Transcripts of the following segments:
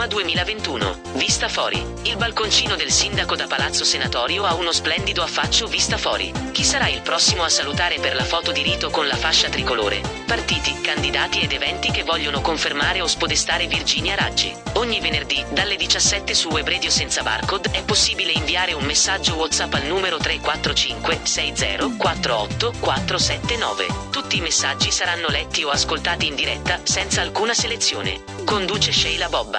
Roma 2021. Vista Fori. Il balconcino del sindaco da Palazzo Senatorio ha uno splendido affaccio vista fuori. Chi sarà il prossimo a salutare per la foto di rito con la fascia tricolore? Partiti, candidati ed eventi che vogliono confermare o spodestare Virginia Raggi. Ogni venerdì, dalle 17 su Web Radio senza barcode, è possibile inviare un messaggio WhatsApp al numero 345 60 48 479. Tutti i messaggi saranno letti o ascoltati in diretta, senza alcuna selezione. Conduce Sheila Bobba.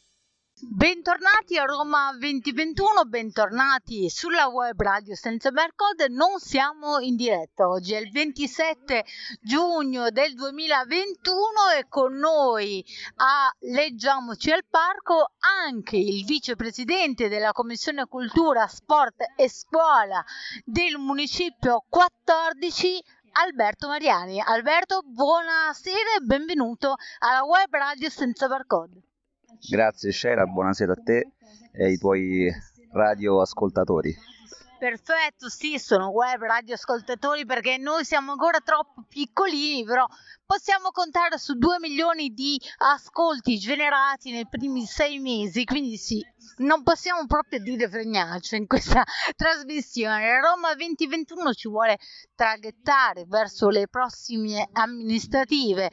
Bentornati a Roma 2021, bentornati sulla Web Radio senza barcode. Non siamo in diretta, oggi è il 27 giugno del 2021 e con noi a Leggiamoci al Parco anche il vicepresidente della Commissione Cultura, Sport e Scuola del Municipio 14, Alberto Mariani. Alberto, buonasera e benvenuto alla Web Radio senza barcode. Grazie Sheila, buonasera a te e ai tuoi radioascoltatori. Perfetto, sì, sono web radioascoltatori perché noi siamo ancora troppo piccolini, però possiamo contare su 2 milioni di ascolti generati nei primi 6 mesi, quindi sì, non possiamo proprio dire fregnaccio in questa trasmissione. Roma 2021 ci vuole traghettare verso le prossime amministrative.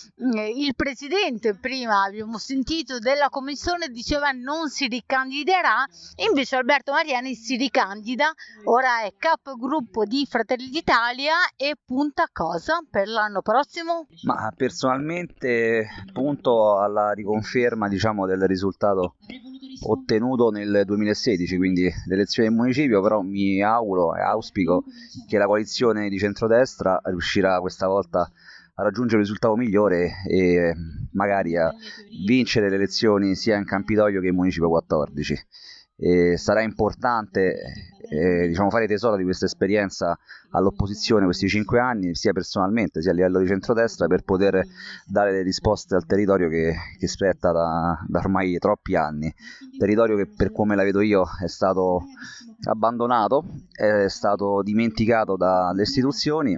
Il presidente, prima abbiamo sentito, della commissione diceva non si ricandiderà, invece Alberto Mariani si ricandida, ora è capogruppo di Fratelli d'Italia e punta a cosa per l'anno prossimo? Ma personalmente punto alla riconferma, diciamo, del risultato ottenuto nel 2016, quindi le elezioni del municipio, però mi auguro e auspico che la coalizione di centrodestra riuscirà questa volta a raggiungere un risultato migliore e magari a vincere le elezioni sia in Campidoglio che in Municipio 14. E sarà importante diciamo, fare tesoro di questa esperienza all'opposizione questi 5 anni, sia personalmente sia a livello di centrodestra, per poter dare le risposte al territorio che spetta da ormai troppi anni. Territorio che, per come la vedo io, è stato abbandonato, è stato dimenticato dalle istituzioni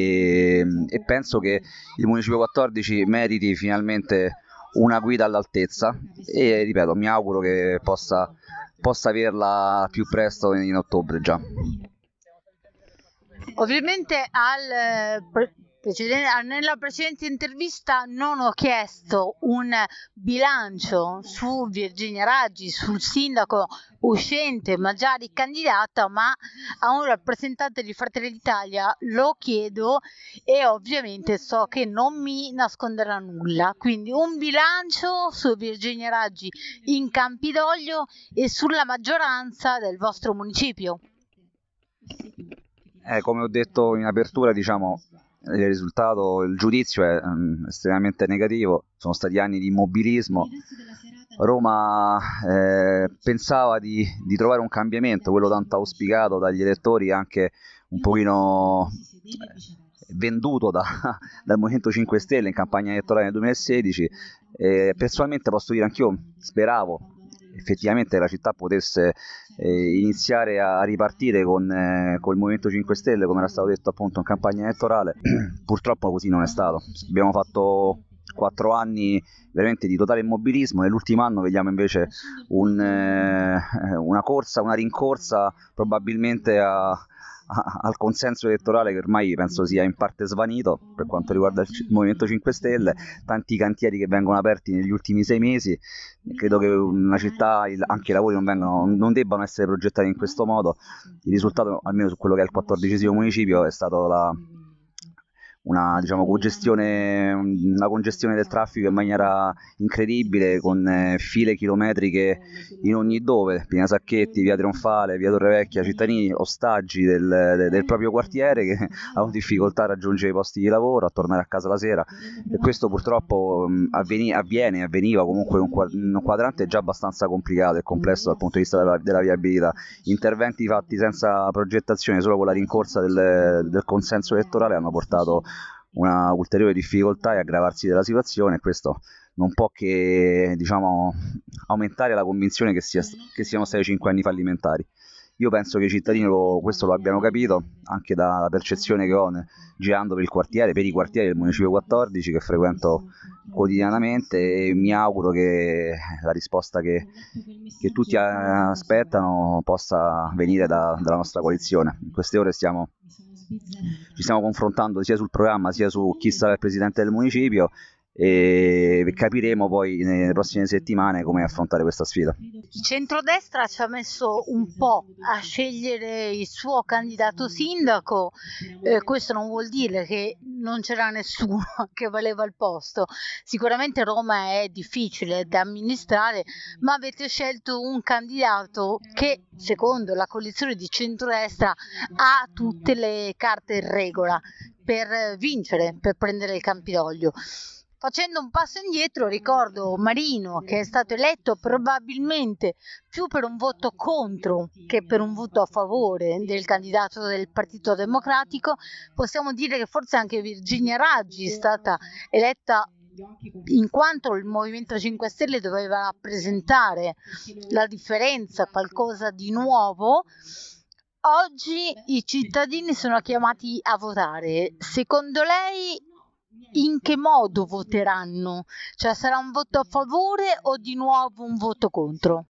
e penso che il Municipio 14 meriti finalmente una guida all'altezza e, ripeto, mi auguro che possa averla più presto in ottobre già. Ovviamente nella precedente intervista non ho chiesto un bilancio su Virginia Raggi, sul sindaco uscente ma già ricandidata, ma a un rappresentante di Fratelli d'Italia lo chiedo e ovviamente so che non mi nasconderà nulla. Quindi un bilancio su Virginia Raggi in Campidoglio e sulla maggioranza del vostro municipio. Come ho detto in apertura, diciamo, il giudizio è estremamente negativo, sono stati anni di immobilismo. Roma pensava di trovare un cambiamento, quello tanto auspicato dagli elettori, anche un pochino venduto dal Movimento 5 Stelle in campagna elettorale nel 2016. Personalmente posso dire anch'io speravo effettivamente la città potesse iniziare a ripartire con il Movimento 5 Stelle, come era stato detto appunto in campagna elettorale. Purtroppo così non è stato. Abbiamo fatto 4 anni veramente di totale immobilismo. Nell'ultimo anno vediamo invece una rincorsa probabilmente al consenso elettorale, che ormai penso sia in parte svanito per quanto riguarda il Movimento 5 Stelle, tanti cantieri che vengono aperti negli ultimi 6 mesi. Credo che una città, anche i lavori non debbano essere progettati in questo modo. Il risultato, almeno su quello che è il 14° municipio, è stato una congestione del traffico in maniera incredibile, con file chilometriche in ogni dove, Pina Sacchetti, via Trionfale, via Torrevecchia, cittadini ostaggi del proprio quartiere che hanno difficoltà a raggiungere i posti di lavoro, a tornare a casa la sera, e questo purtroppo avveniva comunque in un quadrante già abbastanza complicato e complesso dal punto di vista della viabilità. Interventi fatti senza progettazione, solo con la rincorsa del consenso elettorale, hanno portato una ulteriore difficoltà e aggravarsi della situazione, e questo non può che, diciamo, aumentare la convinzione che siano stati 5 anni fallimentari. Io penso che i cittadini questo lo abbiano capito, anche dalla percezione che ho girando per i quartieri del Municipio 14 che frequento quotidianamente, e mi auguro che la risposta che tutti aspettano possa venire dalla nostra coalizione. In queste ore ci stiamo confrontando sia sul programma sia su chi sarà il presidente del municipio, e capiremo poi nelle prossime settimane come affrontare questa sfida. Il centrodestra ci ha messo un po' a scegliere il suo candidato sindaco, questo non vuol dire che non c'era nessuno che valeva il posto. Sicuramente Roma è difficile da amministrare, ma avete scelto un candidato che, secondo la coalizione di centrodestra, ha tutte le carte in regola per vincere, per prendere il Campidoglio. Facendo un passo indietro, ricordo Marino, che è stato eletto probabilmente più per un voto contro che per un voto a favore del candidato del Partito Democratico. Possiamo dire che forse anche Virginia Raggi è stata eletta in quanto il Movimento 5 Stelle doveva rappresentare la differenza, qualcosa di nuovo. Oggi i cittadini sono chiamati a votare. Secondo lei in che modo voteranno? Cioè, sarà un voto a favore o di nuovo un voto contro?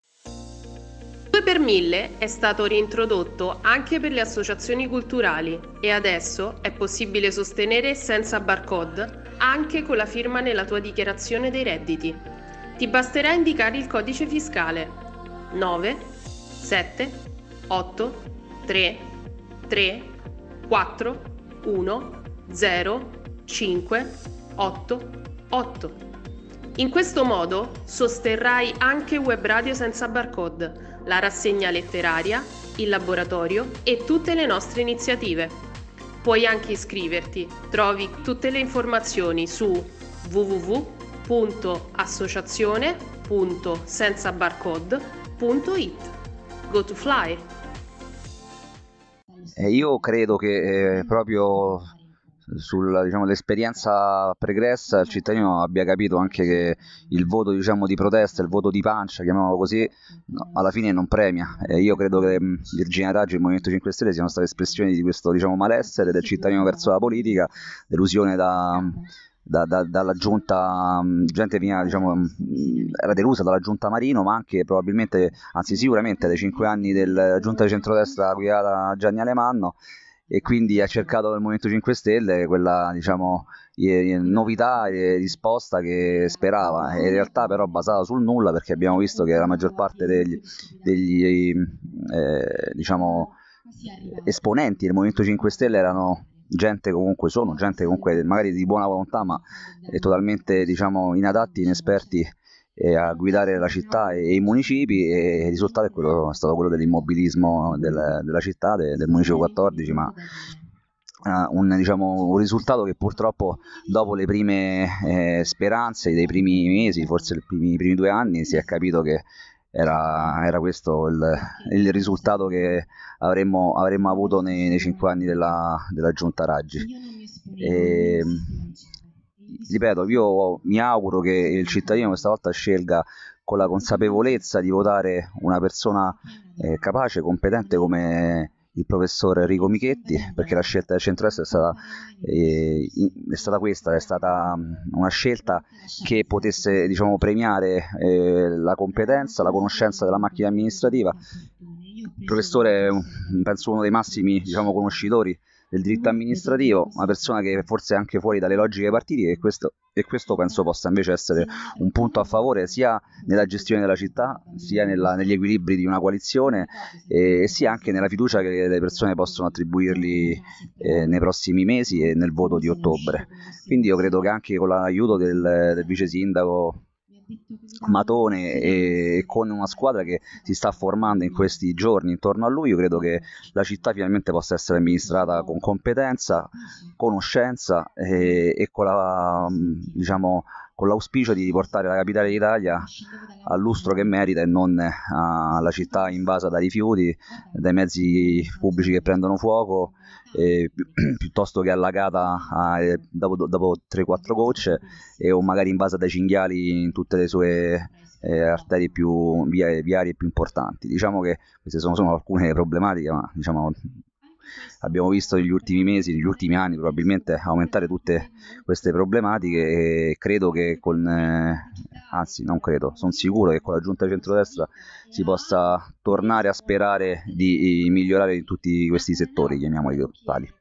2 per 1000 è stato reintrodotto anche per le associazioni culturali e adesso è possibile sostenere senza barcode anche con la firma nella tua dichiarazione dei redditi. Ti basterà indicare il codice fiscale 9 7 8 3 3 4 1 0 5 8 8. In questo modo sosterrai anche Web Radio senza barcode, la rassegna letteraria, il laboratorio e tutte le nostre iniziative. Puoi anche iscriverti, trovi tutte le informazioni su www.associazione.senzabarcode.it. Go to fly! Io credo che proprio l'esperienza pregressa il cittadino abbia capito anche che il voto di protesta, il voto di pancia, chiamiamolo così, alla fine non premia. Io credo che Virginia Raggi e il Movimento 5 Stelle siano state espressioni di questo malessere del cittadino verso la politica, delusione dalla giunta, gente era delusa dalla giunta Marino, ma anche probabilmente, anzi sicuramente dai 5 anni della giunta di centrodestra guidata da Gianni Alemanno, e quindi ha cercato nel Movimento 5 Stelle quella novità e risposta che sperava, e in realtà però basata sul nulla, perché abbiamo visto che la maggior parte degli esponenti del Movimento 5 Stelle sono gente comunque magari di buona volontà, ma totalmente inadatti, inesperti a guidare la città e i municipi, e il risultato è stato quello dell'immobilismo della città, del Municipio 14, ma un risultato che purtroppo dopo le prime speranze dei primi mesi, forse i primi 2 anni, si è capito che era questo il risultato che avremmo avuto nei 5 anni della giunta Raggi. Ripeto, io mi auguro che il cittadino questa volta scelga con la consapevolezza di votare una persona capace, competente come il professor Enrico Michetti, perché la scelta del centrodestra è stata questa, è stata una scelta che potesse premiare la competenza, la conoscenza della macchina amministrativa. Il professore è penso uno dei massimi conoscitori del diritto amministrativo, una persona che forse è anche fuori dalle logiche partitiche, e questo penso possa invece essere un punto a favore sia nella gestione della città, sia negli equilibri di una coalizione, e sia anche nella fiducia che le persone possono attribuirgli nei prossimi mesi e nel voto di ottobre. Quindi io credo che anche con l'aiuto del vice sindaco Matone e con una squadra che si sta formando in questi giorni intorno a lui, io credo che la città finalmente possa essere amministrata con competenza, conoscenza e con con l'auspicio di riportare la capitale d'Italia al lustro che merita e non alla città invasa da rifiuti, dai mezzi pubblici che prendono fuoco, piuttosto che allagata dopo 3-4 gocce, o magari invasa dai cinghiali in tutte le sue arterie viarie più importanti. Diciamo che queste sono alcune problematiche, ma diciamo abbiamo visto negli ultimi mesi, negli ultimi anni probabilmente aumentare tutte queste problematiche, e credo che sono sicuro che con la giunta di centrodestra si possa tornare a sperare di migliorare in tutti questi settori, chiamiamoli tali.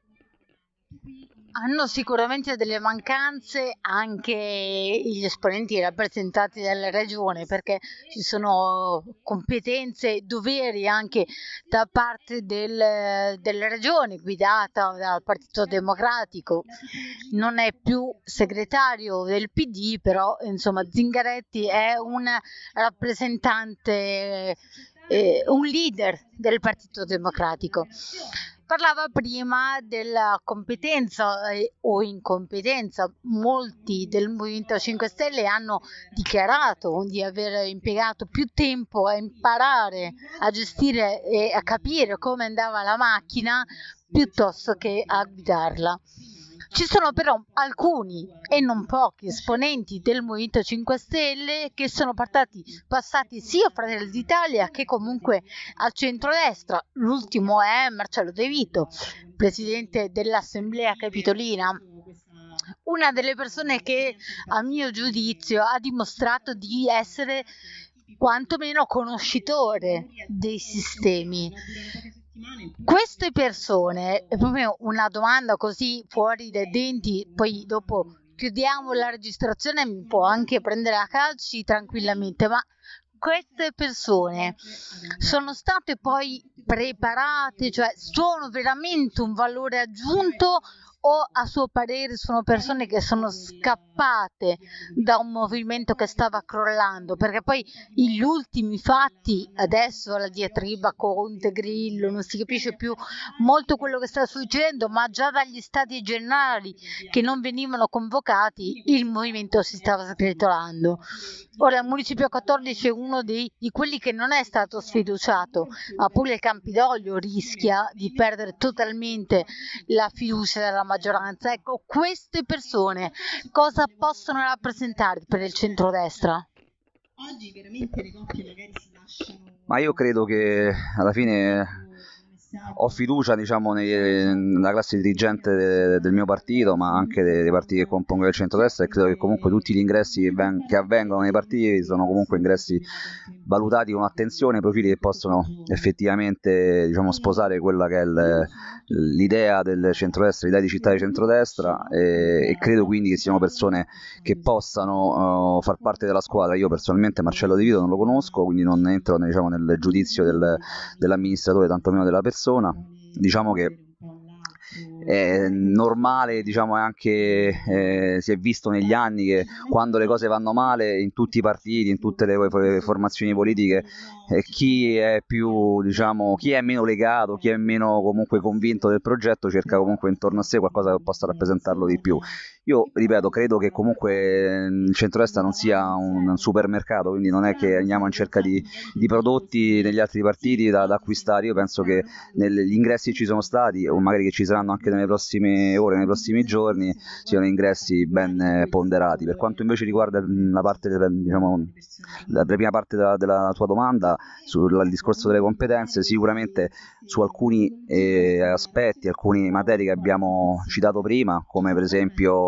Hanno sicuramente delle mancanze anche gli esponenti rappresentati dalla regione, perché ci sono competenze e doveri anche da parte della regione guidata dal Partito Democratico. Non è più segretario del PD, però insomma Zingaretti è un rappresentante, un leader del Partito Democratico. Parlava prima della competenza o incompetenza. Molti del Movimento 5 Stelle hanno dichiarato di aver impiegato più tempo a imparare a gestire e a capire come andava la macchina piuttosto che a guidarla. Ci sono però alcuni e non pochi esponenti del Movimento 5 Stelle che sono passati sia a Fratelli d'Italia che comunque al centrodestra. L'ultimo è Marcello De Vito, presidente dell'Assemblea Capitolina. Una delle persone che, a mio giudizio, ha dimostrato di essere quantomeno conoscitore dei sistemi. Queste persone, è proprio una domanda così fuori dai denti, poi dopo chiudiamo la registrazione, mi può anche prendere a calci tranquillamente, ma queste persone sono state poi preparate, cioè sono veramente un valore aggiunto, o a suo parere sono persone che sono scappate da un movimento che stava crollando? Perché poi gli ultimi fatti, adesso la diatriba Conte, Grillo, non si capisce più molto quello che sta succedendo, ma già dagli stati generali che non venivano convocati il movimento si stava sgretolando. Ora il Municipio 14 è uno di quelli che non è stato sfiduciato, ma pure il Campidoglio rischia di perdere totalmente la fiducia della maggioranza. Ecco, queste persone cosa possono rappresentare per il centrodestra? Oggi veramente le coppie magari si lasciano. Ma io credo che alla fine ho fiducia, diciamo, nella classe dirigente del mio partito, ma anche dei partiti che compongono il centrodestra, e credo che comunque tutti gli ingressi che avvengono nei partiti sono comunque ingressi valutati con attenzione, profili che possono effettivamente, diciamo, sposare quella che è l'idea del centrodestra, l'idea di città di centrodestra, e credo quindi che siano persone che possano far parte della squadra. Io personalmente Marcello De Vito non lo conosco, quindi non entro, diciamo, nel giudizio dell'amministratore, tantomeno della persona. Diciamo che è normale, diciamo, anche si è visto negli anni che quando le cose vanno male in tutti i partiti, in tutte le formazioni politiche, chi è più, diciamo, chi è meno legato, chi è meno comunque convinto del progetto cerca comunque intorno a sé qualcosa che possa rappresentarlo di più. Io ripeto, credo che comunque il centrodestra non sia un supermercato, quindi non è che andiamo in cerca di prodotti negli altri partiti da acquistare. Io penso che gli ingressi ci sono stati, o magari che ci saranno anche nelle prossime ore, nei prossimi giorni, siano ingressi ben ponderati. Per quanto invece riguarda la parte, diciamo, la prima parte della tua domanda sul discorso delle competenze, sicuramente su alcuni aspetti, alcune materie che abbiamo citato prima, come per esempio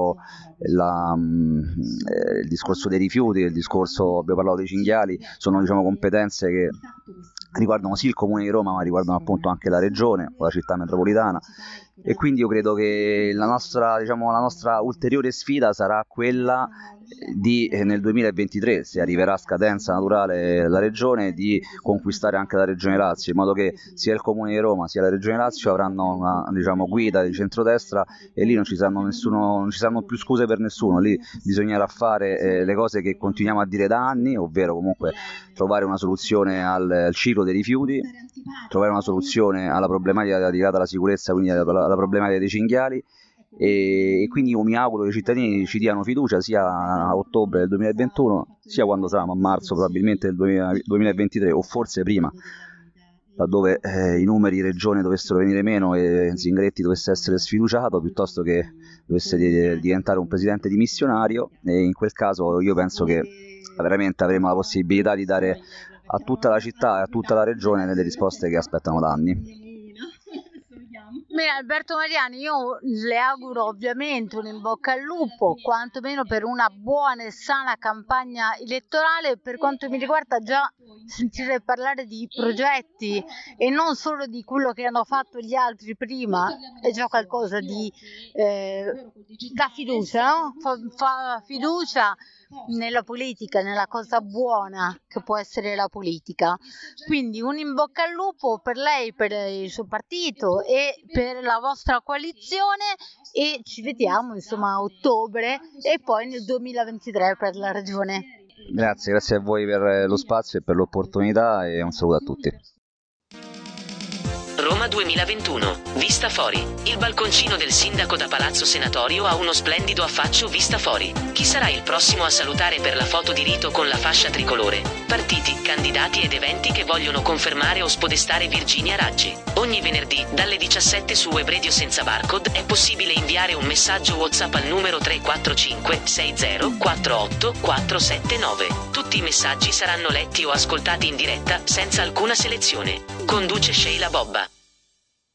il discorso dei rifiuti, abbiamo parlato dei cinghiali, sono, diciamo, competenze che riguardano sì il Comune di Roma, ma riguardano appunto anche la Regione o la città metropolitana, e quindi io credo che la nostra ulteriore sfida sarà quella di nel 2023, se arriverà a scadenza naturale la Regione, di conquistare anche la Regione Lazio, in modo che sia il Comune di Roma sia la Regione Lazio avranno una, diciamo, guida di centrodestra, e lì non ci saranno più scuse per nessuno. Lì bisognerà fare le cose che continuiamo a dire da anni, ovvero comunque trovare una soluzione al ciclo dei rifiuti, trovare una soluzione alla problematica legata alla sicurezza, quindi alla problematica dei cinghiali, e quindi io mi auguro che i cittadini ci diano fiducia sia a ottobre del 2021 sia quando sarà, a marzo probabilmente del 2023 o forse prima, laddove i numeri regione dovessero venire meno e Zingaretti dovesse essere sfiduciato, piuttosto che dovesse diventare un presidente dimissionario, e in quel caso io penso che veramente avremo la possibilità di dare a tutta la città e a tutta la regione delle risposte che aspettano da anni. Bene, Alberto Mariani, io le auguro ovviamente un in bocca al lupo, quantomeno per una buona e sana campagna elettorale. Per quanto mi riguarda, già sentire parlare di progetti e non solo di quello che hanno fatto gli altri prima è già qualcosa di dà fiducia, no? Fa fiducia nella politica, nella cosa buona che può essere la politica. Quindi un in bocca al lupo per lei, per il suo partito e per la vostra coalizione, e ci vediamo insomma a ottobre e poi nel 2023 per la regione. Grazie a voi per lo spazio e per l'opportunità, e un saluto a tutti. Roma 2021, vista fuori. Il balconcino del sindaco da Palazzo Senatorio ha uno splendido affaccio vista fuori. Chi sarà il prossimo a salutare per la foto di rito con la fascia tricolore? Partiti, candidati ed eventi che vogliono confermare o spodestare Virginia Raggi. Ogni venerdì, dalle 17 su Web Radio senza barcode, è possibile inviare un messaggio WhatsApp al numero 345 60 48 479. Tutti i messaggi saranno letti o ascoltati in diretta, senza alcuna selezione. Conduce Sheila Bobba.